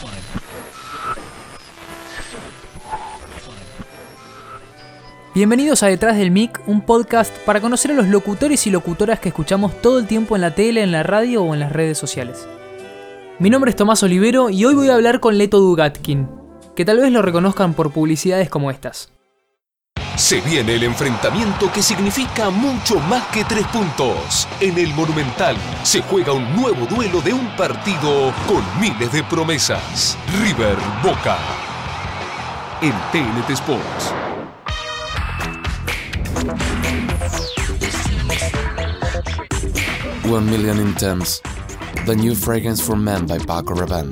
Bienvenidos a Detrás del Mic, un podcast para conocer a los locutores y locutoras que escuchamos todo el tiempo en la tele, en la radio o en las redes sociales. Mi nombre es Tomás Olivero y hoy voy a hablar con Leto Dugatkin, que tal vez lo reconozcan por publicidades como estas. Se viene el enfrentamiento que significa mucho más que 3 puntos. En el Monumental se juega un nuevo duelo de un partido con miles de promesas. River Boca. En TNT Sports. One Million Intense, the new fragrance for men by Paco Rabanne.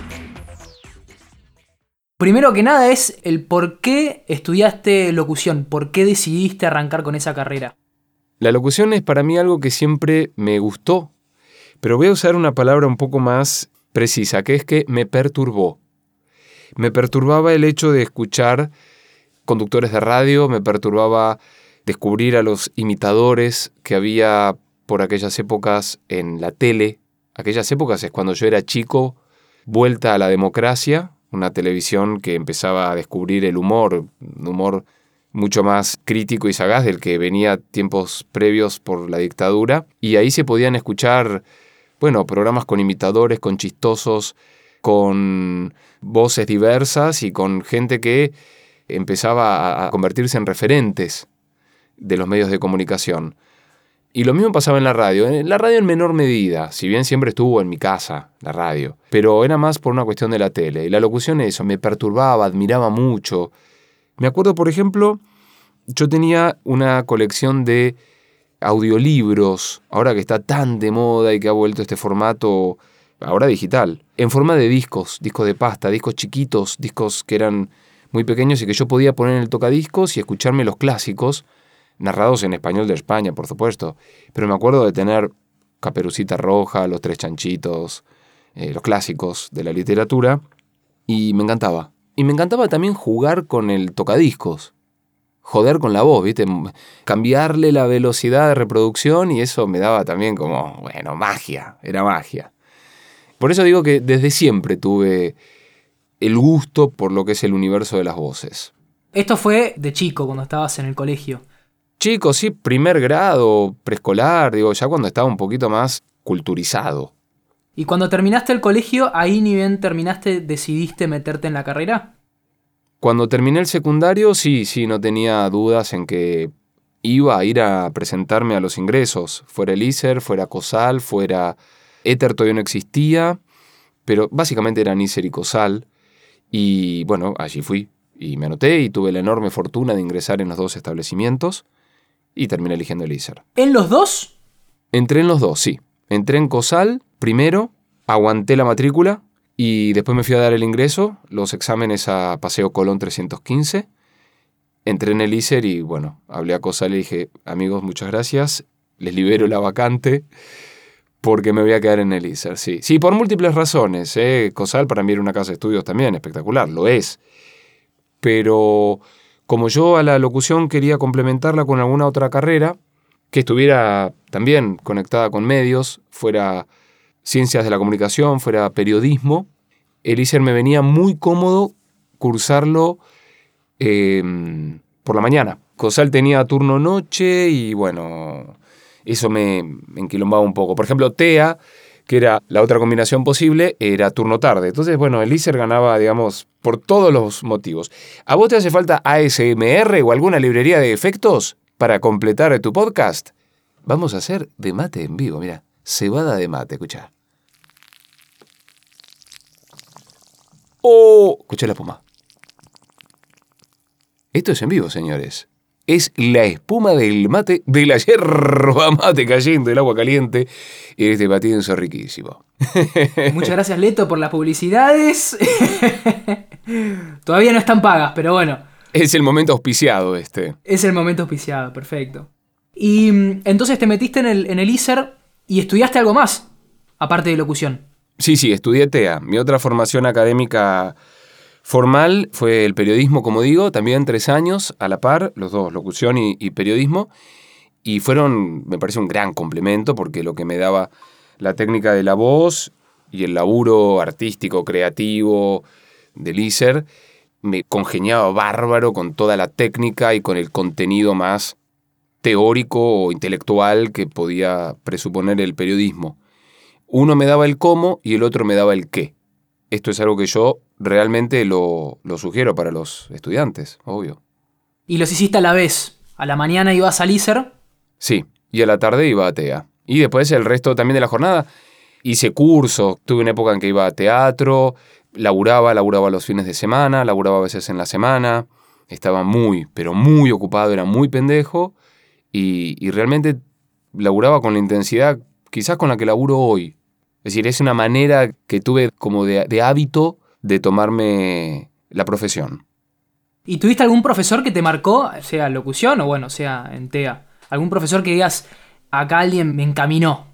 Primero que nada es el por qué estudiaste locución, por qué decidiste arrancar con esa carrera. La locución es para mí algo que siempre me gustó, pero voy a usar una palabra un poco más precisa, que es que me perturbó. Me perturbaba el hecho de escuchar conductores de radio, me perturbaba descubrir a los imitadores que había por aquellas épocas en la tele. Aquellas épocas es cuando yo era chico, vuelta a la democracia, una televisión que empezaba a descubrir el humor, un humor mucho más crítico y sagaz del que venía tiempos previos por la dictadura. Y ahí se podían escuchar, programas con imitadores, con chistosos, con voces diversas y con gente que empezaba a convertirse en referentes de los medios de comunicación. Y lo mismo pasaba en la radio en menor medida, si bien siempre estuvo en mi casa, la radio, pero era más por una cuestión de la tele. Y la locución eso, me perturbaba, admiraba mucho. Me acuerdo, por ejemplo, yo tenía una colección de audiolibros, ahora que está tan de moda y que ha vuelto este formato, ahora digital, en forma de discos de pasta, discos chiquitos, discos que eran muy pequeños y que yo podía poner en el tocadiscos y escucharme los clásicos, narrados en español de España, por supuesto. Pero me acuerdo de tener Caperucita Roja, Los Tres Chanchitos, los clásicos de la literatura, y me encantaba. Y me encantaba también jugar con el tocadiscos, joder con la voz, ¿viste? Cambiarle la velocidad de reproducción y eso me daba también como, magia, era magia. Por eso digo que desde siempre tuve el gusto por lo que es el universo de las voces. Esto fue de chico, cuando estabas en el colegio. Chico, sí, primer grado, preescolar, ya cuando estaba un poquito más culturizado. ¿Y cuando terminaste el colegio, ahí ni bien terminaste, decidiste meterte en la carrera? Cuando terminé el secundario, sí, no tenía dudas en que iba a ir a presentarme a los ingresos. Fuera el ISER, fuera COSAL, fuera Éter, todavía no existía, pero básicamente eran ISER y COSAL. Y allí fui y me anoté y tuve la enorme fortuna de ingresar en los dos establecimientos. Y terminé eligiendo el ISER. ¿En los dos? Entré en los dos, sí. Entré en COSAL primero, aguanté la matrícula y después me fui a dar el ingreso, los exámenes a Paseo Colón 315. Entré en el ISER y hablé a COSAL y dije, amigos, muchas gracias, les libero la vacante porque me voy a quedar en el ISER, sí. Sí, por múltiples razones. COSAL para mí era una casa de estudios también espectacular, lo es. Pero como yo a la locución quería complementarla con alguna otra carrera que estuviera también conectada con medios, fuera ciencias de la comunicación, fuera periodismo, el ISER me venía muy cómodo cursarlo por la mañana. COSAL tenía turno noche y eso me enquilombaba un poco. Por ejemplo, TEA, que era la otra combinación posible, era turno tarde. Entonces, el ISER ganaba, por todos los motivos. ¿A vos te hace falta ASMR o alguna librería de efectos para completar tu podcast? Vamos a hacer de mate en vivo, mira. Cebada de mate, escuchá. ¡Oh! Escuchá la espuma. Esto es en vivo, señores. Es la espuma del mate, de la yerba mate cayendo del agua caliente. Este batido es riquísimo. Muchas gracias, Leto, por las publicidades. Todavía no están pagas, pero bueno. Es el momento auspiciado este. Es el momento auspiciado, perfecto. Y entonces te metiste en el ISER y estudiaste algo más, aparte de locución. Sí, estudié TEA. Mi otra formación académica formal fue el periodismo, como digo, también 3 años a la par, los dos, locución y periodismo. Y fueron, me parece, un gran complemento porque lo que me daba la técnica de la voz y el laburo artístico, creativo del ISER me congeniaba bárbaro con toda la técnica y con el contenido más teórico o intelectual que podía presuponer el periodismo. Uno me daba el cómo y el otro me daba el qué. Esto es algo que yo realmente lo sugiero para los estudiantes, obvio. ¿Y los hiciste a la vez? ¿A la mañana ibas al ISER? Sí, y a la tarde iba a TEA. Y después el resto también de la jornada hice cursos. Tuve una época en que iba a teatro, laburaba los fines de semana, laburaba a veces en la semana. Estaba muy, pero muy ocupado, era muy pendejo y realmente laburaba con la intensidad quizás con la que laburo hoy. Es decir, es una manera que tuve como de hábito de tomarme la profesión. ¿Y tuviste algún profesor que te marcó, sea locución o bueno, sea en TEA? ¿Algún profesor que digas, acá alguien me encaminó?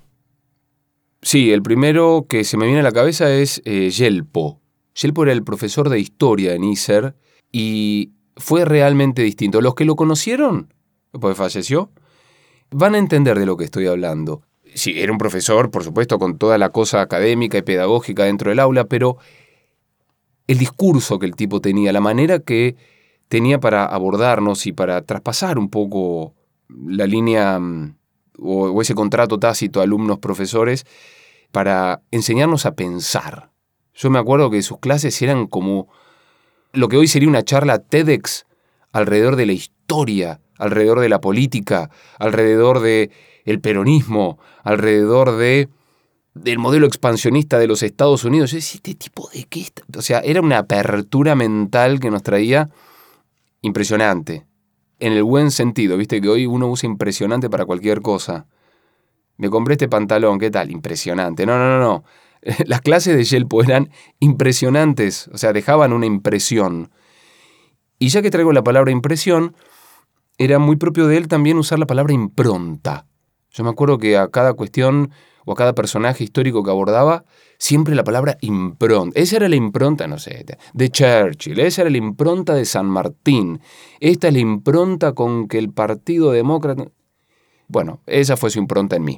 Sí, el primero que se me viene a la cabeza es Yelpo. Yelpo era el profesor de historia en ISER y fue realmente distinto. Los que lo conocieron, porque falleció, van a entender de lo que estoy hablando. Sí, era un profesor, por supuesto, con toda la cosa académica y pedagógica dentro del aula, pero el discurso que el tipo tenía, la manera que tenía para abordarnos y para traspasar un poco la línea o ese contrato tácito alumnos-profesores para enseñarnos a pensar. Yo me acuerdo que sus clases eran como lo que hoy sería una charla TEDx alrededor de la historia, alrededor de la política, alrededor del peronismo, alrededor del modelo expansionista de los Estados Unidos. Yo decía, ¿este tipo de qué está? O sea, era una apertura mental que nos traía impresionante. En el buen sentido, viste que hoy uno usa impresionante para cualquier cosa. Me compré este pantalón, ¿qué tal? Impresionante. No. Las clases de Yelpo eran impresionantes, o sea, dejaban una impresión. Y ya que traigo la palabra impresión, era muy propio de él también usar la palabra impronta. Yo me acuerdo que a cada cuestión o a cada personaje histórico que abordaba, siempre la palabra impronta. Esa era la impronta, no sé, de Churchill, esa era la impronta de San Martín, esta es la impronta con que el Partido Demócrata... Bueno, esa fue su impronta en mí.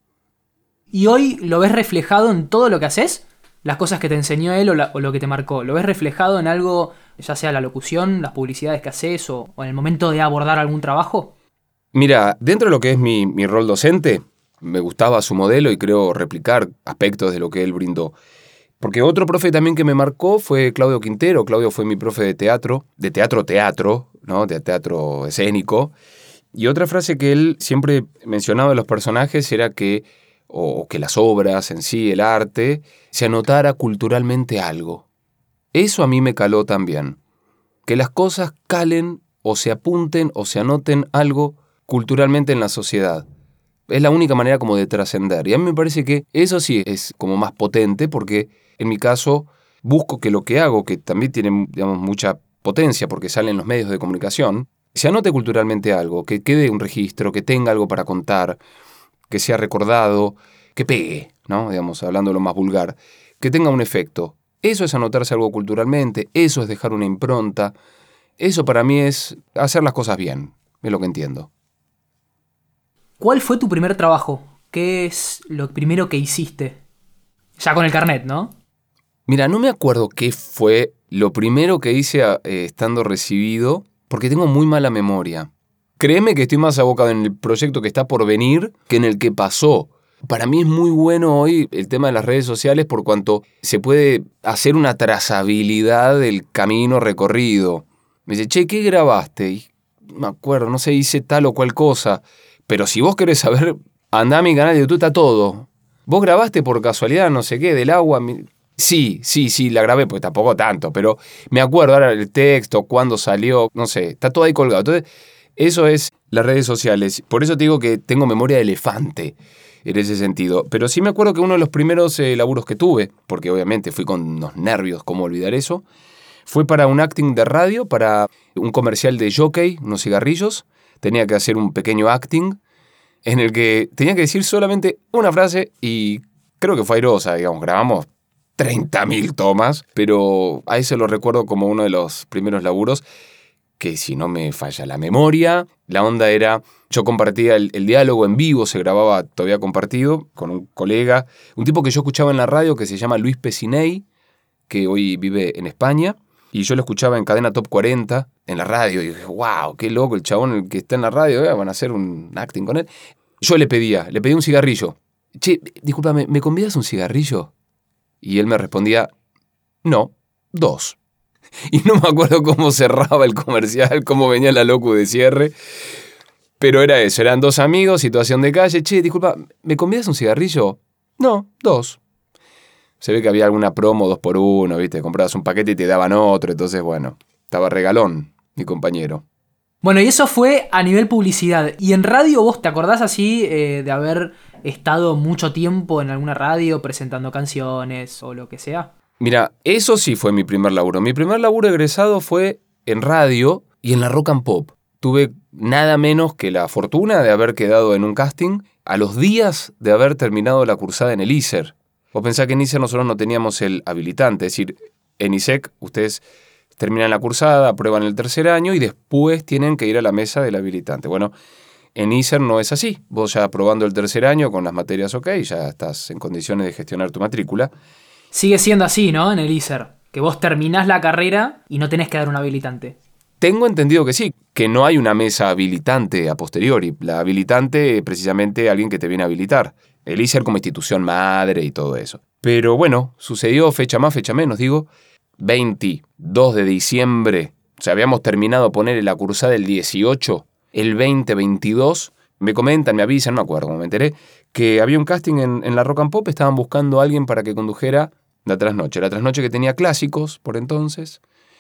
¿Y hoy lo ves reflejado en todo lo que haces? Las cosas que te enseñó él o lo que te marcó. ¿Lo ves reflejado en algo, ya sea la locución, las publicidades que haces o en el momento de abordar algún trabajo? Mira, dentro de lo que es mi rol docente, me gustaba su modelo y creo replicar aspectos de lo que él brindó. Porque otro profe también que me marcó fue Claudio Quintero. Claudio fue mi profe de teatro, ¿no? De teatro escénico. Y otra frase que él siempre mencionaba de los personajes era que las obras en sí, el arte, se anotara culturalmente algo. Eso a mí me caló también. Que las cosas calen o se apunten o se anoten algo culturalmente en la sociedad. Es la única manera como de trascender. Y a mí me parece que eso sí es como más potente porque en mi caso busco que lo que hago, que también tiene, digamos, mucha potencia porque sale en los medios de comunicación, se anote culturalmente algo, que quede un registro, que tenga algo para contar, que sea recordado, que pegue, ¿no? Digamos, hablando de lo más vulgar, que tenga un efecto. Eso es anotarse algo culturalmente, eso es dejar una impronta, eso para mí es hacer las cosas bien, es lo que entiendo. ¿Cuál fue tu primer trabajo? ¿Qué es lo primero que hiciste? Ya con el carnet, ¿no? Mira, no me acuerdo qué fue lo primero que hice estando recibido, porque tengo muy mala memoria. Créeme que estoy más abocado en el proyecto que está por venir que en el que pasó. Para mí es muy bueno hoy el tema de las redes sociales por cuanto se puede hacer una trazabilidad del camino recorrido. Me dice, che, ¿qué grabaste? Y no me acuerdo, no sé, hice tal o cual cosa. Pero si vos querés saber, andá a mi canal de YouTube, está todo. ¿Vos grabaste por casualidad, no sé qué, del agua? Sí, la grabé, porque tampoco tanto, pero me acuerdo ahora el texto, cuándo salió, no sé, está todo ahí colgado. Entonces, eso es las redes sociales. Por eso te digo que tengo memoria de elefante en ese sentido. Pero sí me acuerdo que uno de los primeros laburos que tuve, porque obviamente fui con unos nervios, ¿cómo olvidar eso? Fue para un acting de radio, para un comercial de Jockey, unos cigarrillos. Tenía que hacer un pequeño acting en el que tenía que decir solamente una frase y creo que fue airosa, digamos, grabamos 30.000 tomas, pero a eso lo recuerdo como uno de los primeros laburos que si no me falla la memoria, la onda era, yo compartía el diálogo en vivo, se grababa todavía compartido con un colega, un tipo que yo escuchaba en la radio que se llama Luis Pesinei, que hoy vive en España, y yo lo escuchaba en Cadena Top 40 en la radio, y dije, wow, qué loco el chabón el que está en la radio, van a hacer un acting con él. Yo le pedía un cigarrillo. Che, discúlpame, ¿me convidas un cigarrillo? Y él me respondía, no, 2. Y no me acuerdo cómo cerraba el comercial, cómo venía la locu de cierre. Pero era eso, eran 2 amigos, situación de calle. Che, disculpa, ¿me convidas un cigarrillo? No, 2. Se ve que había alguna promo 2x1, ¿viste? Comprabas un paquete y te daban otro. Entonces, bueno, estaba regalón mi compañero. Bueno, y eso fue a nivel publicidad. ¿Y en radio vos te acordás así de haber estado mucho tiempo en alguna radio presentando canciones o lo que sea? Mira, eso sí fue mi primer laburo. Mi primer laburo egresado fue en radio y en la Rock and Pop. Tuve nada menos que la fortuna de haber quedado en un casting a los días de haber terminado la cursada en el ISER. Vos pensás que en ISER nosotros no teníamos el habilitante, es decir, en ISEC ustedes terminan la cursada, aprueban el 3er año y después tienen que ir a la mesa del habilitante. Bueno, en ISER no es así. Vos ya aprobando el 3er año con las materias OK, ya estás en condiciones de gestionar tu matrícula. Sigue siendo así, ¿no? En el ISER. Que vos terminás la carrera y no tenés que dar un habilitante. Tengo entendido que sí, que no hay una mesa habilitante a posteriori. La habilitante es precisamente alguien que te viene a habilitar. El ISER como institución madre y todo eso. Pero bueno, sucedió fecha más, fecha menos, digo, 22 de diciembre. O sea, habíamos terminado de poner la cursada el 18, el 20-22. Me comentan, me avisan, no me acuerdo cómo me enteré, que había un casting en la Rock and Pop, estaban buscando a alguien para que condujera la trasnoche. La trasnoche que tenía clásicos por entonces.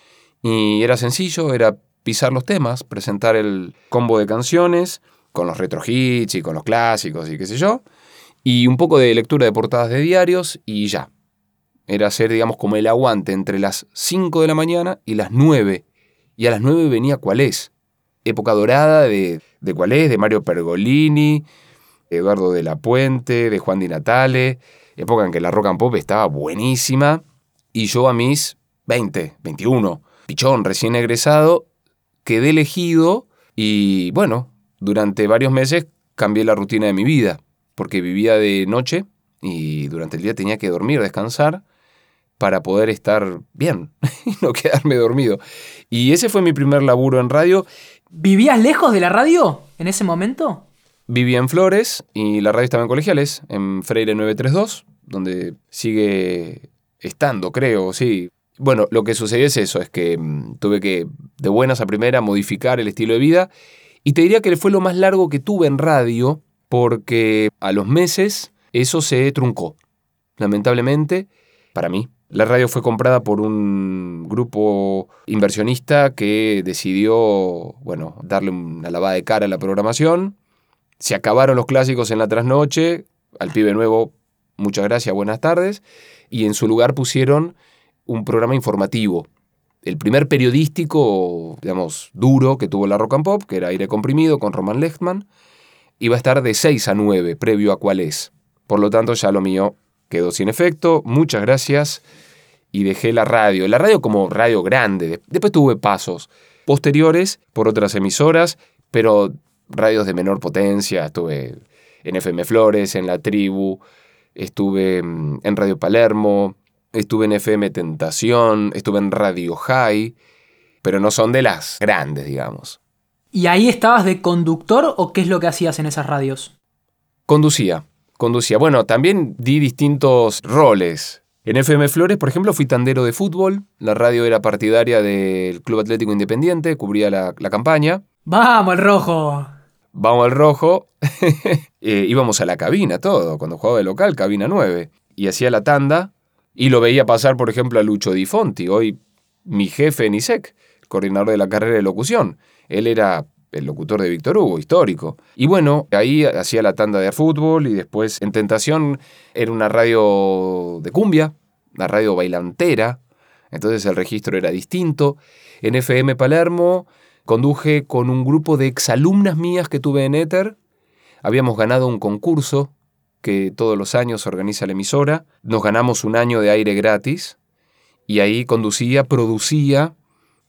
Y era sencillo, era pisar los temas, presentar el combo de canciones con los retro hits y con los clásicos y qué sé yo. Y un poco de lectura de portadas de diarios y ya. Era hacer, digamos, como el aguante entre las 5 de la mañana y las 9. Y a las 9 venía ¿Cuál es? Época dorada de ¿Cuál es? De Mario Pergolini, Eduardo de la Puente, de Juan Di Natale. Época en que la Rock and Pop estaba buenísima. Y yo a mis 20, 21, pichón, recién egresado, quedé elegido y, bueno, durante varios meses cambié la rutina de mi vida. Porque vivía de noche y durante el día tenía que dormir, descansar, para poder estar bien y no quedarme dormido. Y ese fue mi primer laburo en radio. ¿Vivías lejos de la radio en ese momento? Vivía en Flores y la radio estaba en Colegiales, en Freire 932, donde sigue estando, creo, sí. Bueno, lo que sucedió es eso, es que tuve que, de buenas a primera, modificar el estilo de vida. Y te diría que fue lo más largo que tuve en radio, porque a los meses eso se truncó, lamentablemente, para mí. La radio fue comprada por un grupo inversionista que decidió, bueno, darle una lavada de cara a la programación. Se acabaron los clásicos en la trasnoche, al pibe nuevo, muchas gracias, buenas tardes, y en su lugar pusieron un programa informativo. El primer periodístico, digamos, duro que tuvo la Rock and Pop, que era Aire Comprimido con Román Lechtman, iba a estar de 6 a 9, previo a ¿Cuál es? Por lo tanto, ya lo mío quedó sin efecto. Muchas gracias. Y dejé la radio. La radio como radio grande. Después tuve pasos posteriores por otras emisoras, pero radios de menor potencia. Estuve en FM Flores, en La Tribu, estuve en Radio Palermo, estuve en FM Tentación, estuve en Radio High, pero no son de las grandes, digamos. ¿Y ahí estabas de conductor o qué es lo que hacías en esas radios? Conducía. Bueno, también di distintos roles. En FM Flores, por ejemplo, fui tandero de fútbol. La radio era partidaria del Club Atlético Independiente, cubría la campaña. ¡Vamos, el rojo! Vamos al rojo. Íbamos a la cabina, todo. Cuando jugaba de local, cabina 9. Y hacía la tanda. Y lo veía pasar, por ejemplo, a Lucho Di Fonti, hoy mi jefe en ISEC, coordinador de la carrera de locución. Él era el locutor de Víctor Hugo, histórico. Y bueno, ahí hacía la tanda de fútbol y después en Tentación era una radio de cumbia, una radio bailantera, entonces el registro era distinto. En FM Palermo conduje con un grupo de exalumnas mías que tuve en Éter. Habíamos ganado un concurso que todos los años organiza la emisora. Nos ganamos un año de aire gratis y ahí conducía, producía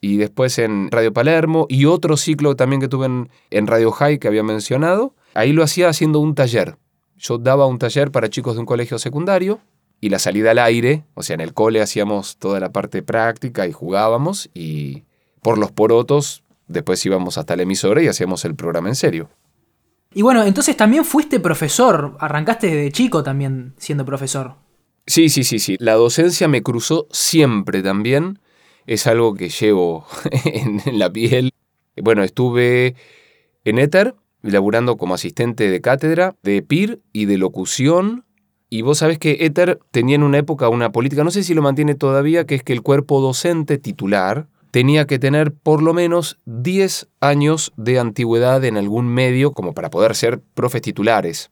y después en Radio Palermo, y otro ciclo también que tuve en Radio High que había mencionado. Ahí lo hacía haciendo un taller. Yo daba un taller para chicos de un colegio secundario, y la salida al aire, o sea, en el cole hacíamos toda la parte práctica y jugábamos, y por los porotos después íbamos hasta la emisora y hacíamos el programa en serio. Y bueno, entonces también fuiste profesor, arrancaste desde chico también siendo profesor. Sí. La docencia me cruzó siempre también. Es algo que llevo en la piel. Bueno, estuve en Éter, laburando como asistente de cátedra, de PIR y de locución. Y vos sabés que Éter tenía en una época una política, no sé si lo mantiene todavía, que es que el cuerpo docente titular tenía que tener por lo menos 10 años de antigüedad en algún medio como para poder ser profes titulares.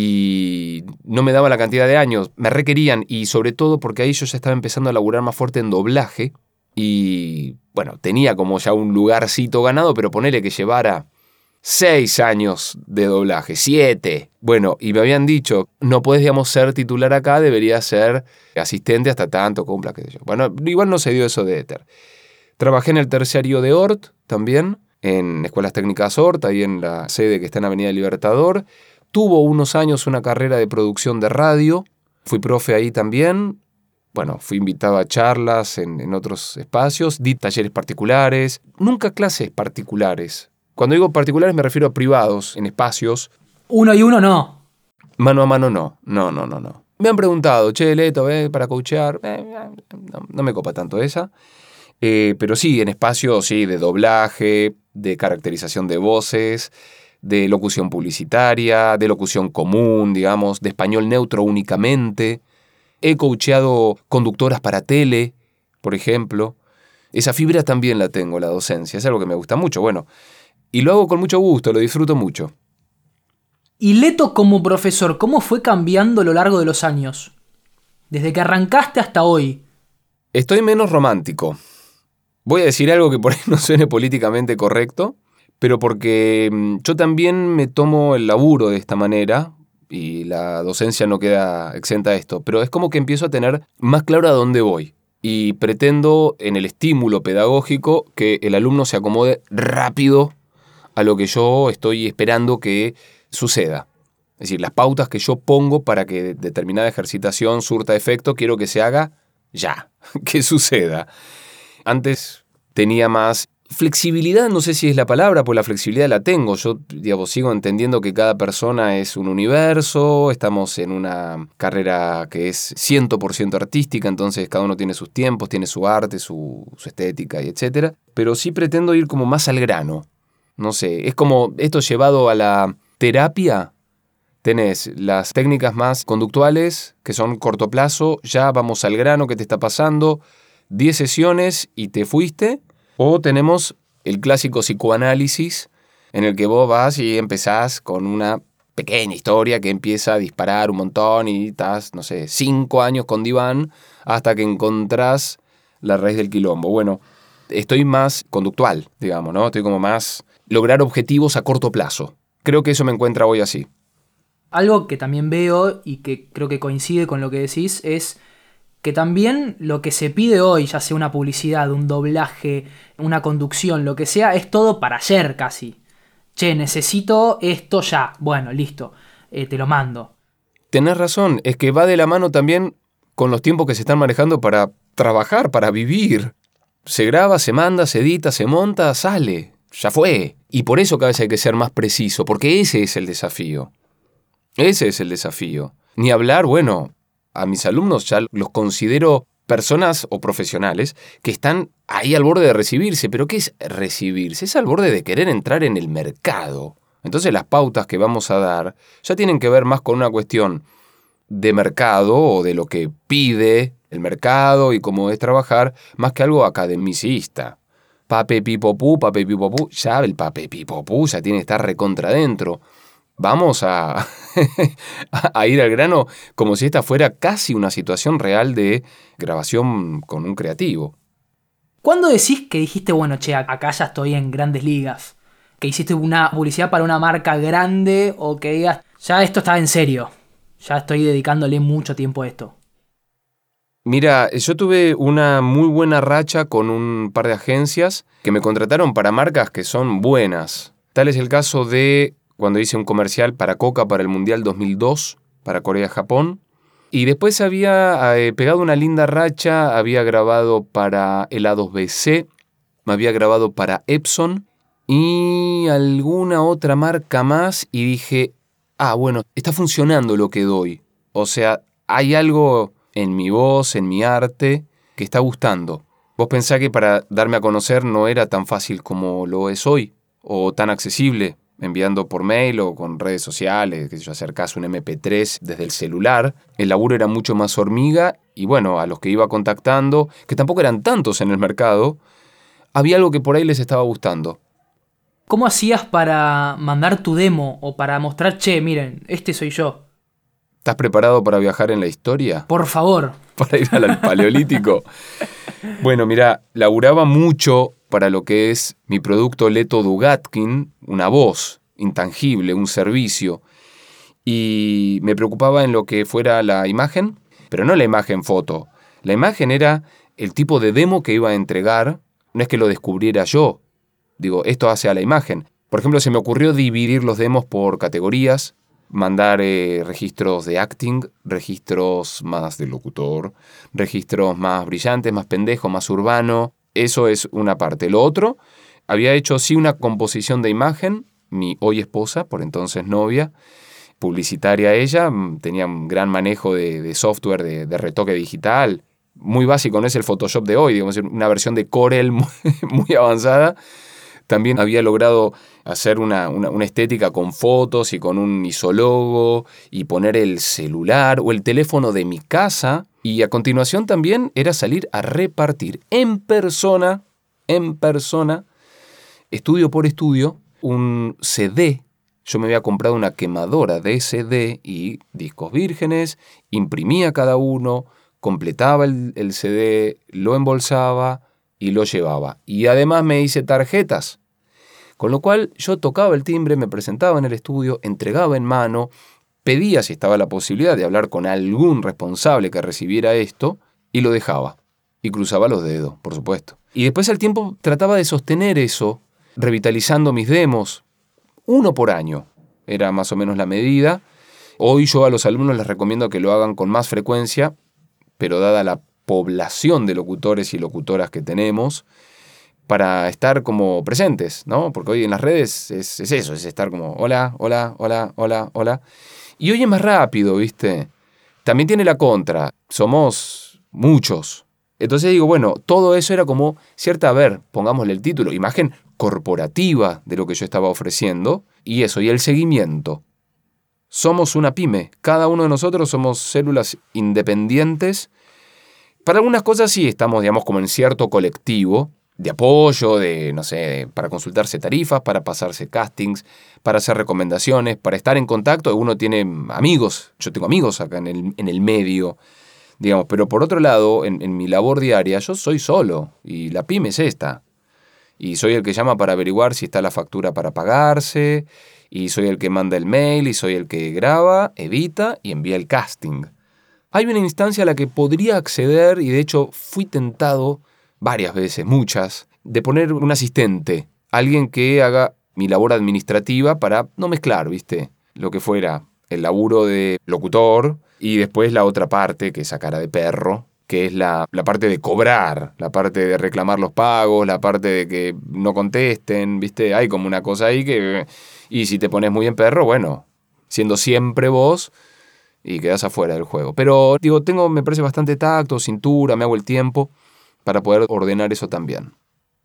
Y no me daba la cantidad de años, me requerían, y sobre todo porque ahí yo ya estaba empezando a laburar más fuerte en doblaje. Y bueno, tenía como ya un lugarcito ganado, pero ponele que llevara 6 años de doblaje, 7. Bueno, y me habían dicho, no podés, digamos, ser titular acá, deberías ser asistente hasta tanto cumpla, qué sé yo. Bueno, igual no se dio eso de Éter. Trabajé en el terciario de Ort también, en Escuelas Técnicas Ort, ahí en la sede que está en Avenida Libertador. Tuvo unos años una carrera de producción de radio. Fui profe ahí también. Bueno, fui invitado a charlas en otros espacios. Di talleres particulares. Nunca clases particulares. Cuando digo particulares me refiero a privados, en espacios. Uno y uno no. Mano a mano no. No. Me han preguntado, che, Leto, para coachear. No me copa tanto esa. Pero sí, en espacios sí, de doblaje, de caracterización de voces, de locución publicitaria, de locución común, digamos, de español neutro únicamente. He coacheado conductoras para tele, por ejemplo. Esa fibra también la tengo, la docencia. Es algo que me gusta mucho, bueno. Y lo hago con mucho gusto, lo disfruto mucho. Y Leto como profesor, ¿cómo fue cambiando a lo largo de los años? Desde que arrancaste hasta hoy. Estoy menos romántico. Voy a decir algo que por ahí no suene políticamente correcto, pero porque yo también me tomo el laburo de esta manera, y la docencia no queda exenta de esto, pero es como que empiezo a tener más claro a dónde voy. Y pretendo, en el estímulo pedagógico, que el alumno se acomode rápido a lo que yo estoy esperando que suceda. Es decir, las pautas que yo pongo para que determinada ejercitación surta efecto, quiero que se haga ya, que suceda. Antes tenía más flexibilidad, no sé si es la palabra, pues la flexibilidad la tengo. Yo, digamos, sigo entendiendo que cada persona es un universo, estamos en una carrera que es 100% artística, entonces cada uno tiene sus tiempos, tiene su arte, su estética y etcétera. Pero sí pretendo ir como más al grano. No sé, es como esto llevado a la terapia. Tenés las técnicas más conductuales, que son corto plazo, ya vamos al grano, ¿qué te está pasando? 10 sesiones y te fuiste. O tenemos el clásico psicoanálisis, en el que vos vas y empezás con una pequeña historia que empieza a disparar un montón y estás, no sé, 5 años con diván hasta que encontrás la raíz del quilombo. Bueno, estoy más conductual, digamos, ¿no? Estoy como más lograr objetivos a corto plazo. Creo que eso me encuentra hoy así. Algo que también veo y que creo que coincide con lo que decís es que también lo que se pide hoy, ya sea una publicidad, un doblaje, una conducción, lo que sea, es todo para ayer casi. Che, necesito esto ya. Bueno, listo, te lo mando. Tenés razón, es que va de la mano también con los tiempos que se están manejando para trabajar, para vivir. Se graba, se manda, se edita, se monta, sale. Ya fue. Y por eso cada vez hay que ser más preciso, porque ese es el desafío. Ese es el desafío. Ni hablar, bueno, a mis alumnos ya los considero personas o profesionales que están ahí al borde de recibirse. ¿Pero qué es recibirse? Es al borde de querer entrar en el mercado. Entonces las pautas que vamos a dar ya tienen que ver más con una cuestión de mercado o de lo que pide el mercado y cómo es trabajar, más que algo academicista. Pape pipopú, ya el pape pipopú ya tiene que estar recontra adentro. Vamos a ir al grano como si esta fuera casi una situación real de grabación con un creativo. ¿Cuándo decís que dijiste, bueno, che, acá ya estoy en grandes ligas? Que hiciste una publicidad para una marca grande o que digas, ya esto está en serio, ya estoy dedicándole mucho tiempo a esto. Mira, yo tuve una muy buena racha con un par de agencias que me contrataron para marcas que son buenas. Tal es el caso de cuando hice un comercial para Coca para el Mundial 2002, para Corea-Japón. Y después había pegado una linda racha, había grabado para Helados BC, me había grabado para Epson y alguna otra marca más y dije, bueno, está funcionando lo que doy. O sea, hay algo en mi voz, en mi arte, que está gustando. Vos pensás que para darme a conocer no era tan fácil como lo es hoy, o tan accesible, enviando por mail o con redes sociales, que si yo acercás un MP3 desde el celular. El laburo era mucho más hormiga y bueno, a los que iba contactando, que tampoco eran tantos en el mercado, había algo que por ahí les estaba gustando. ¿Cómo hacías para mandar tu demo o para mostrar, che, miren, este soy yo? ¿Estás preparado para viajar en la historia? Por favor. Para ir al Paleolítico. Bueno, mira, laburaba mucho para lo que es mi producto Leto Dugatkin, una voz intangible, un servicio. Y me preocupaba en lo que fuera la imagen, pero no la imagen foto. La imagen era el tipo de demo que iba a entregar, no es que lo descubriera yo. Digo, esto hace a la imagen. Por ejemplo, se me ocurrió dividir los demos por categorías, mandar registros de acting, registros más de locutor, registros más brillantes, más pendejo, más urbano. Eso es una parte. Lo otro, había hecho sí una composición de imagen, mi hoy esposa, por entonces novia, publicitaria ella, tenía un gran manejo de software, de retoque digital, muy básico, no es el Photoshop de hoy, digamos, una versión de Corel muy avanzada. También había logrado hacer una estética con fotos y con un isólogo y poner el celular o el teléfono de mi casa. Y a continuación también era salir a repartir en persona, estudio por estudio, un CD. Yo me había comprado una quemadora de CD y discos vírgenes, imprimía cada uno, completaba el CD, lo embolsaba y lo llevaba. Y además me hice tarjetas. Con lo cual yo tocaba el timbre, me presentaba en el estudio, entregaba en mano, pedía si estaba la posibilidad de hablar con algún responsable que recibiera esto y lo dejaba. Y cruzaba los dedos, por supuesto. Y después al tiempo trataba de sostener eso, revitalizando mis demos. 1 por año era más o menos la medida. Hoy yo a los alumnos les recomiendo que lo hagan con más frecuencia, pero dada la población de locutores y locutoras que tenemos, para estar como presentes, ¿no? Porque hoy en las redes es eso, es estar como hola, hola, hola, hola, hola. Y hoy es más rápido, ¿viste? También tiene la contra, somos muchos. Entonces digo, bueno, todo eso era como cierta, pongámosle el título, imagen corporativa de lo que yo estaba ofreciendo, y eso, y el seguimiento. Somos una pyme, cada uno de nosotros somos células independientes. Para algunas cosas sí estamos, digamos, como en cierto colectivo, de apoyo, para consultarse tarifas, para pasarse castings, para hacer recomendaciones, para estar en contacto. Uno tiene amigos, yo tengo amigos acá en el medio, digamos, pero por otro lado, en mi labor diaria, yo soy solo y la pyme es esta. Y soy el que llama para averiguar si está la factura para pagarse, y soy el que manda el mail, y soy el que graba, edita y envía el casting. Hay una instancia a la que podría acceder, y de hecho fui tentado varias veces, muchas, de poner un asistente, alguien que haga mi labor administrativa para no mezclar, ¿viste? Lo que fuera el laburo de locutor y después la otra parte, que es esa cara de perro, que es la parte de cobrar, la parte de reclamar los pagos, la parte de que no contesten, ¿viste? Hay como una cosa ahí que... Y si te pones muy en perro, bueno, siendo siempre vos, y quedás afuera del juego. Pero, digo, me parece bastante tacto, cintura, me hago el tiempo para poder ordenar eso también.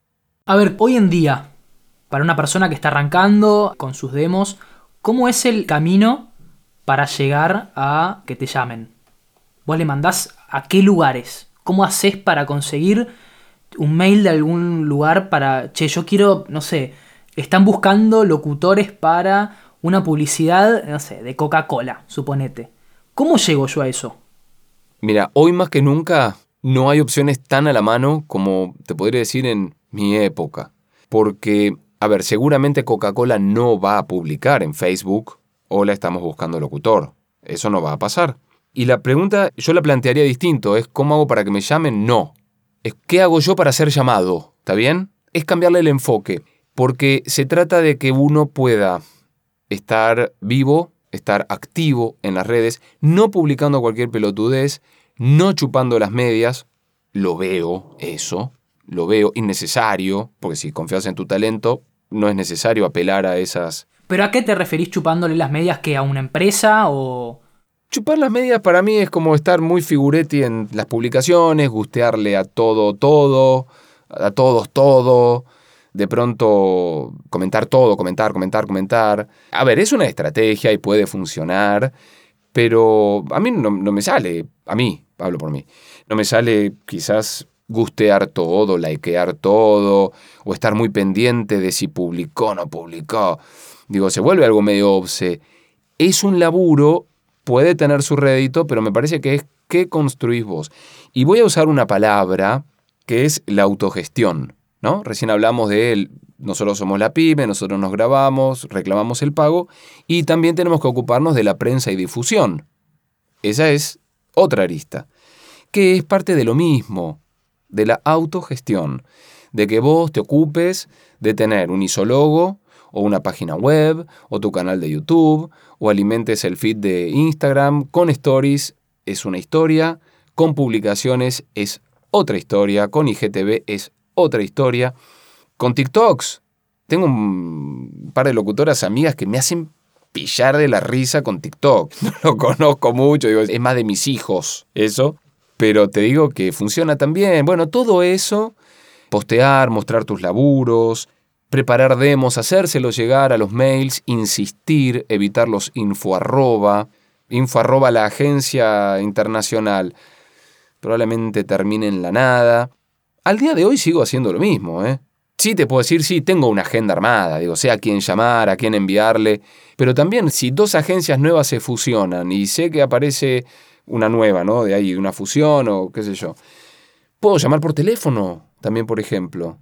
A ver, hoy en día, para una persona que está arrancando con sus demos, ¿cómo es el camino para llegar a que te llamen? ¿Vos le mandás a qué lugares? ¿Cómo haces para conseguir un mail de algún lugar para... Che, yo quiero, no sé, están buscando locutores para una publicidad, no sé, de Coca-Cola, suponete. ¿Cómo llego yo a eso? Mira, hoy más que nunca no hay opciones tan a la mano como te podría decir en mi época. Porque, seguramente Coca-Cola no va a publicar en Facebook, hola, estamos buscando locutor. Eso no va a pasar. Y la pregunta yo la plantearía distinto. ¿Es cómo hago para que me llamen? No. Es ¿qué hago yo para ser llamado? ¿Está bien? Es cambiarle el enfoque. Porque se trata de que uno pueda estar vivo, estar activo en las redes, no publicando cualquier pelotudez, no chupando las medias. Lo veo, eso. Lo veo innecesario, porque si confías en tu talento, no es necesario apelar a esas... ¿Pero a qué te referís chupándole las medias? ¿Que a una empresa o...? Chupar las medias para mí es como estar muy figuretti en las publicaciones, gustearle a todo, a todos, todo. De pronto comentar todo, comentar. A ver, es una estrategia y puede funcionar, pero a mí no me sale, hablo por mí, no me sale quizás gustear todo, likear todo, o estar muy pendiente de si publicó o no publicó. Digo, se vuelve algo medio obse. Es un laburo, puede tener su rédito, pero me parece que es qué construís vos. Y voy a usar una palabra que es la autogestión, ¿no? Recién hablamos de él. Nosotros somos la pyme, nosotros nos grabamos, reclamamos el pago y también tenemos que ocuparnos de la prensa y difusión. Esa es otra arista, que es parte de lo mismo, de la autogestión, de que vos te ocupes de tener un isólogo o una página web o tu canal de YouTube o alimentes el feed de Instagram con stories, es una historia, con publicaciones es otra historia, con IGTV es otra historia, con TikToks. Tengo un par de locutoras amigas que me hacen pillar de la risa con TikTok. No lo conozco mucho, digo, es más de mis hijos eso, pero te digo que funciona también. Bueno, todo eso, postear, mostrar tus laburos, preparar demos, hacérselos llegar a los mails, insistir, evitar los info arroba la agencia internacional. Probablemente termine en la nada. Al día de hoy sigo haciendo lo mismo, ¿eh? Sí te puedo decir, sí, tengo una agenda armada, digo, sé a quién llamar, a quién enviarle, pero también si dos agencias nuevas se fusionan y sé que aparece una nueva, ¿no? De ahí, una fusión o qué sé yo. Puedo llamar por teléfono también, por ejemplo,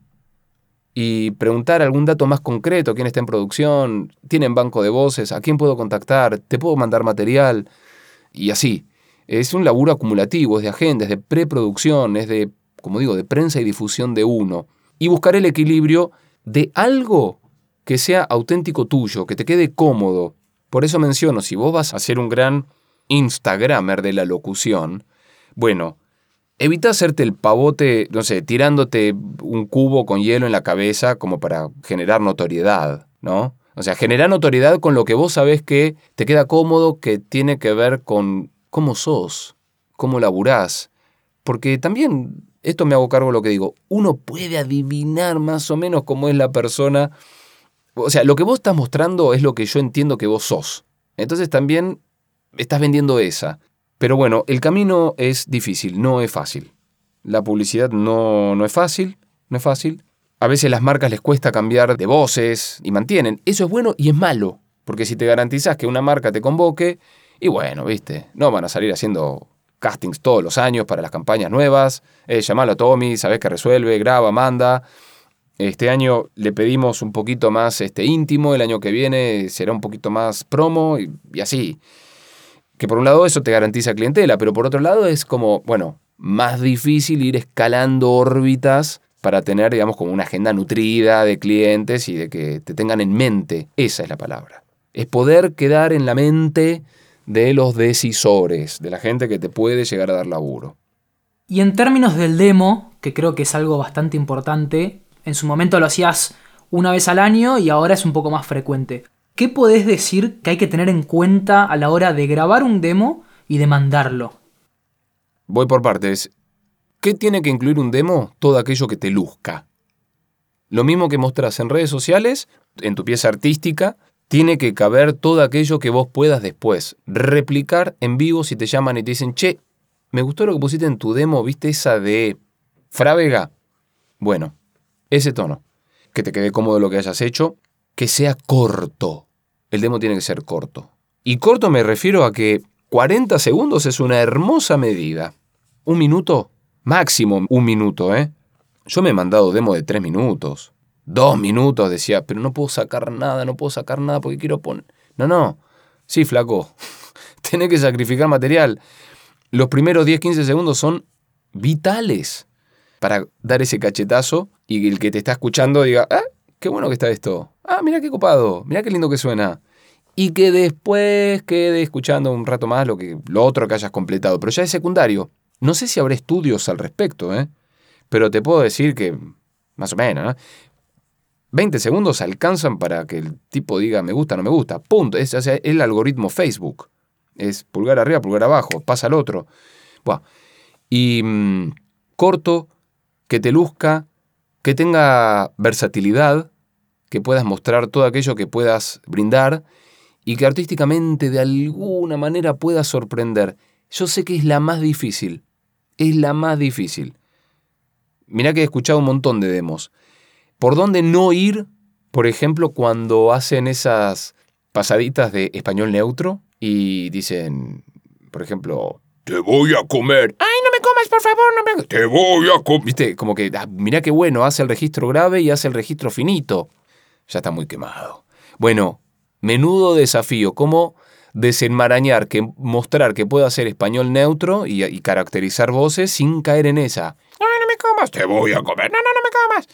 y preguntar algún dato más concreto, quién está en producción, tienen banco de voces, a quién puedo contactar, te puedo mandar material, y así. Es un laburo acumulativo, es de agenda, es de preproducción, es de, como digo, de prensa y difusión de uno. Y buscar el equilibrio de algo que sea auténtico tuyo, que te quede cómodo. Por eso menciono, si vos vas a ser un gran Instagramer de la locución, bueno, evita hacerte el pavote, no sé, tirándote un cubo con hielo en la cabeza como para generar notoriedad, ¿no? O sea, generar notoriedad con lo que vos sabés que te queda cómodo, que tiene que ver con cómo sos, cómo laburás. Porque también, esto me hago cargo de lo que digo, uno puede adivinar más o menos cómo es la persona. O sea, lo que vos estás mostrando es lo que yo entiendo que vos sos. Entonces también estás vendiendo esa. Pero bueno, el camino es difícil, no es fácil. La publicidad no es fácil, no es fácil. A veces las marcas les cuesta cambiar de voces y mantienen. Eso es bueno y es malo. Porque si te garantizás que una marca te convoque, y bueno, viste, no van a salir haciendo castings todos los años para las campañas nuevas. Llamalo a Tommy, sabés que resuelve, graba, manda. Este año le pedimos un poquito más íntimo, el año que viene será un poquito más promo y así. Que por un lado eso te garantiza clientela, pero por otro lado es como, bueno, más difícil ir escalando órbitas para tener, digamos, como una agenda nutrida de clientes y de que te tengan en mente. Esa es la palabra. Es poder quedar en la mente de los decisores, de la gente que te puede llegar a dar laburo. Y en términos del demo, que creo que es algo bastante importante, en su momento lo hacías una vez al año y ahora es un poco más frecuente. ¿Qué podés decir que hay que tener en cuenta a la hora de grabar un demo y de mandarlo? Voy por partes. ¿Qué tiene que incluir un demo? Todo aquello que te luzca. Lo mismo que mostrás en redes sociales, en tu pieza artística, tiene que caber todo aquello que vos puedas después replicar en vivo si te llaman y te dicen, che, me gustó lo que pusiste en tu demo, ¿viste esa de Frávega? Bueno, ese tono. Que te quede cómodo lo que hayas hecho, que sea corto. El demo tiene que ser corto. Y corto me refiero a que 40 segundos es una hermosa medida. 1 minuto, máximo 1 minuto, ¿eh? Yo me he mandado demo de 3 minutos. 2 minutos decía, pero no puedo sacar nada porque quiero poner... No. Sí, flaco. tenés que sacrificar material. Los primeros 10-15 segundos son vitales para dar ese cachetazo y el que te está escuchando diga, qué bueno que está esto. Mirá qué copado, mirá qué lindo que suena. Y que después quede escuchando un rato más lo otro que hayas completado. Pero ya es secundario. No sé si habrá estudios al respecto, pero te puedo decir que, más o menos, 20 segundos alcanzan para que el tipo diga me gusta, no me gusta. Punto. Es el algoritmo Facebook. Es pulgar arriba, pulgar abajo, pasa al otro. Buah. Y corto, que te luzca, que tenga versatilidad, que puedas mostrar todo aquello que puedas brindar y que artísticamente de alguna manera puedas sorprender. Yo sé que es la más difícil. Es la más difícil. Mirá que he escuchado un montón de demos. ¿Por dónde no ir, por ejemplo, cuando hacen esas pasaditas de español neutro y dicen, por ejemplo, te voy a comer? ¡Ay, no me comas, por favor! No me... Te voy a comer. ¿Viste? Como que, mirá qué bueno, hace el registro grave y hace el registro finito. Ya está muy quemado. Bueno, menudo desafío. ¿Cómo desenmarañar, mostrar que puedo hacer español neutro y caracterizar voces sin caer en esa? ¡Ay, no me comas! ¡Te voy a comer! ¡No me comas!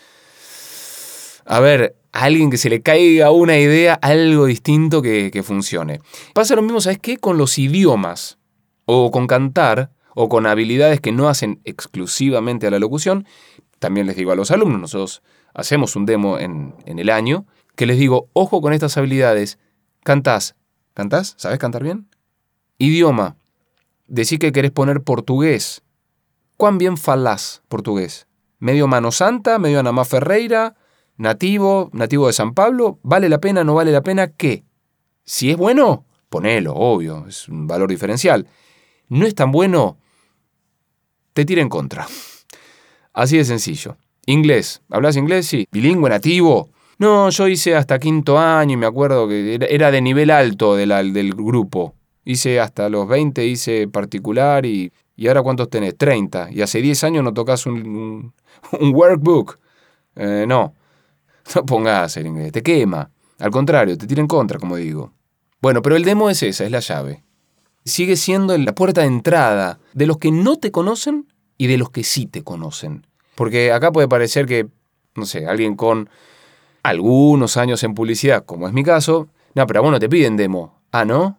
A ver, a alguien que se le caiga una idea, algo distinto que funcione. Pasa lo mismo, ¿sabes qué? Con los idiomas, o con cantar, o con habilidades que no hacen exclusivamente a la locución. También les digo a los alumnos, nosotros hacemos un demo en el año, que les digo, ojo con estas habilidades. ¿Cantás? ¿Sabés cantar bien? Idioma. Decí que querés poner portugués. ¿Cuán bien falás portugués? ¿Medio Mano Santa? ¿Medio Anamá Ferreira? ¿Nativo de San Pablo? ¿Vale la pena, no vale la pena? ¿Qué? Si es bueno, ponelo, obvio, es un valor diferencial. No es tan bueno, te tira en contra. Así de sencillo. Inglés. ¿Hablas inglés? Sí. ¿Bilingüe, nativo? No, yo hice hasta 5º año y me acuerdo que era de nivel alto del grupo. Hice hasta los 20, hice particular y ahora ¿cuántos tenés? 30. Y hace 10 años no tocas un workbook. No pongas a hacer inglés, te quema. Al contrario, te tira en contra, como digo. Bueno, pero el demo es esa, es la llave. Sigue siendo la puerta de entrada de los que no te conocen y de los que sí te conocen. Porque acá puede parecer que, no sé, alguien con algunos años en publicidad, como es mi caso, no, pero a vos no te piden demo. Ah, ¿no?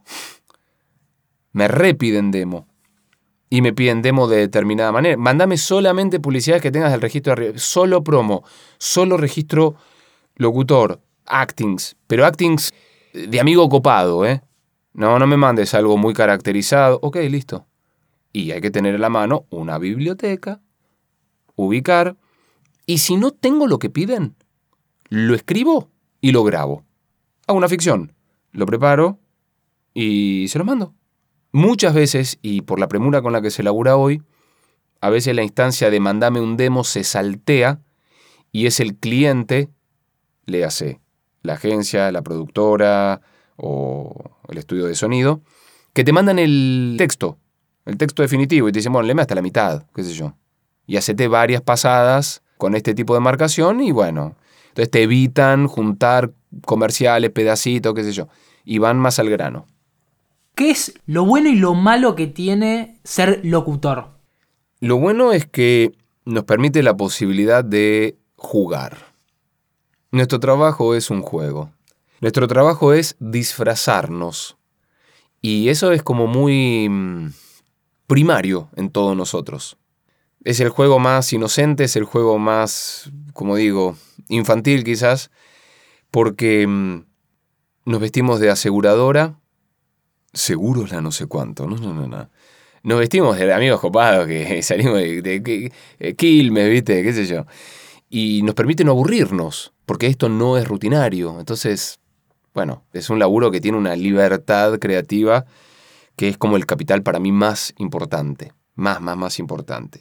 Me repiden demo. Y me piden demo de determinada manera. Mándame solamente publicidades que tengas del registro de arriba. Solo promo, solo registro locutor, actings. Pero actings de amigo copado, ¿eh? No me mandes algo muy caracterizado. Ok, listo. Y hay que tener en la mano una biblioteca, ubicar. Y si no tengo lo que piden, lo escribo y lo grabo. Hago una ficción, lo preparo y se los mando. Muchas veces, y por la premura con la que se labura hoy, a veces la instancia de mandame un demo se saltea y es el cliente, léase, la agencia, la productora o el estudio de sonido, que te mandan el texto definitivo y te dicen, bueno, léeme hasta la mitad, qué sé yo. Y hacete varias pasadas con este tipo de marcación y bueno, entonces te evitan juntar comerciales, pedacitos, qué sé yo, y van más al grano. ¿Qué es lo bueno y lo malo que tiene ser locutor? Lo bueno es que nos permite la posibilidad de jugar. Nuestro trabajo es un juego. Nuestro trabajo es disfrazarnos. Y eso es como muy primario en todos nosotros. Es el juego más inocente, es el juego más, como digo, infantil quizás, porque nos vestimos de aseguradora. Seguros la no sé cuánto, no. Nos vestimos de amigos copados que salimos de Quilmes, ¿viste? ¿Qué sé yo? Y nos permite no aburrirnos, porque esto no es rutinario. Entonces, bueno, es un laburo que tiene una libertad creativa que es como el capital para mí más importante. Más importante.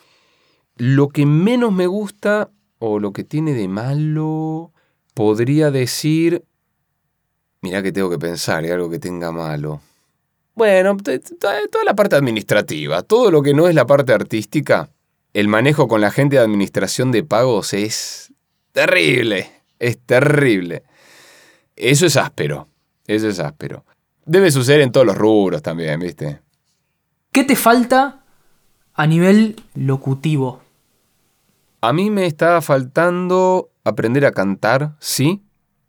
Lo que menos me gusta, o lo que tiene de malo, podría decir... Mirá que tengo que pensar, ¿eh? Algo que tenga malo. Bueno, toda la parte administrativa, todo lo que no es la parte artística, el manejo con la gente de administración de pagos es terrible, es terrible. Eso es áspero. Debe suceder en todos los rubros también, ¿viste? ¿Qué te falta a nivel locutivo? A mí me está faltando aprender a cantar, sí,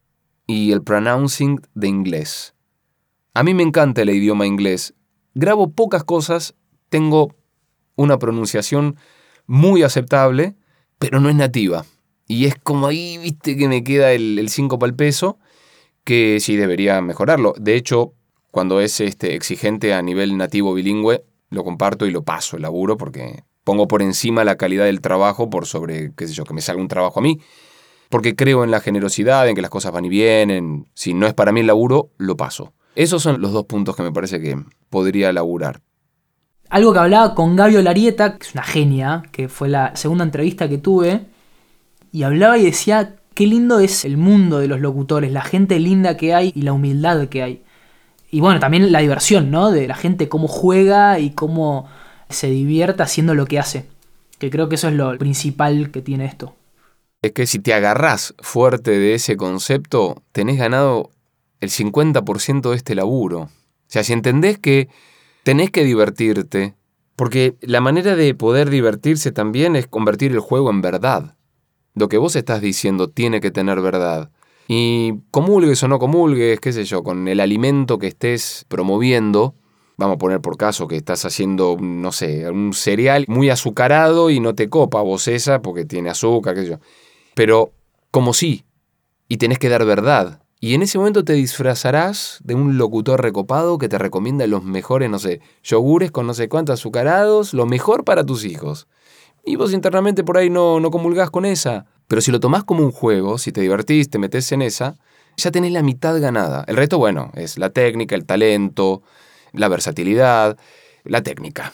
y el pronouncing de inglés. A mí me encanta el idioma inglés. Grabo pocas cosas, tengo una pronunciación muy aceptable, pero no es nativa. Y es como ahí, viste, que me queda el 5 para el peso, que sí debería mejorarlo. De hecho, cuando es exigente a nivel nativo bilingüe, lo comparto y lo paso el laburo porque pongo por encima la calidad del trabajo por sobre, qué sé yo, que me salga un trabajo a mí. Porque creo en la generosidad, en que las cosas van y vienen. Si no es para mí el laburo, lo paso. Esos son los 2 puntos que me parece que podría laburar. Algo que hablaba con Gaby Olarieta, que es una genia, que fue la segunda entrevista que tuve, y hablaba y decía qué lindo es el mundo de los locutores, la gente linda que hay y la humildad que hay. Y bueno, también la diversión, ¿no? De la gente, cómo juega y cómo se divierte haciendo lo que hace. Que creo que eso es lo principal que tiene esto. Es que si te agarrás fuerte de ese concepto, tenés ganado el 50% de este laburo. O sea, si entendés que tenés que divertirte, porque la manera de poder divertirse también es convertir el juego en verdad. Lo que vos estás diciendo tiene que tener verdad. Y comulgues o no comulgues, qué sé yo, con el alimento que estés promoviendo, vamos a poner por caso que estás haciendo, no sé, un cereal muy azucarado y no te copa vos esa porque tiene azúcar, qué sé yo. Pero como sí, y tenés que dar verdad. Y en ese momento te disfrazarás de un locutor recopado que te recomienda los mejores, no sé, yogures con no sé cuántos azucarados, lo mejor para tus hijos. Y vos internamente por ahí no comulgás con esa. Pero si lo tomás como un juego, si te divertís, te metés en esa, ya tenés la mitad ganada. El resto, bueno, es la técnica, el talento, la versatilidad, la técnica.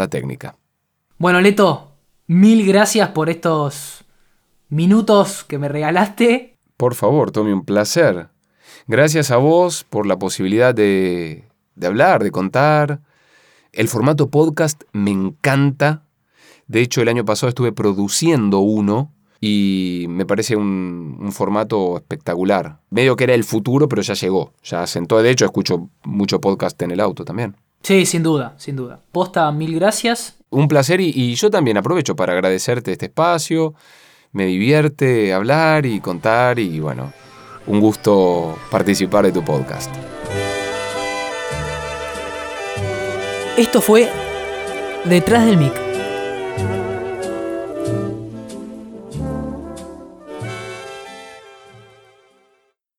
Bueno, Leto, 1000 gracias por estos minutos que me regalaste. Por favor, Tommy, un placer. Gracias a vos por la posibilidad de hablar, de contar. El formato podcast me encanta. De hecho, el año pasado estuve produciendo uno y me parece un formato espectacular. Medio que era el futuro, pero ya llegó. Ya sentó. De hecho, escucho mucho podcast en el auto también. Sí, sin duda. Posta, 1000 gracias. Un placer y yo también aprovecho para agradecerte este espacio. Me divierte hablar y contar y bueno, un gusto participar de tu podcast. Esto fue Detrás del Mic.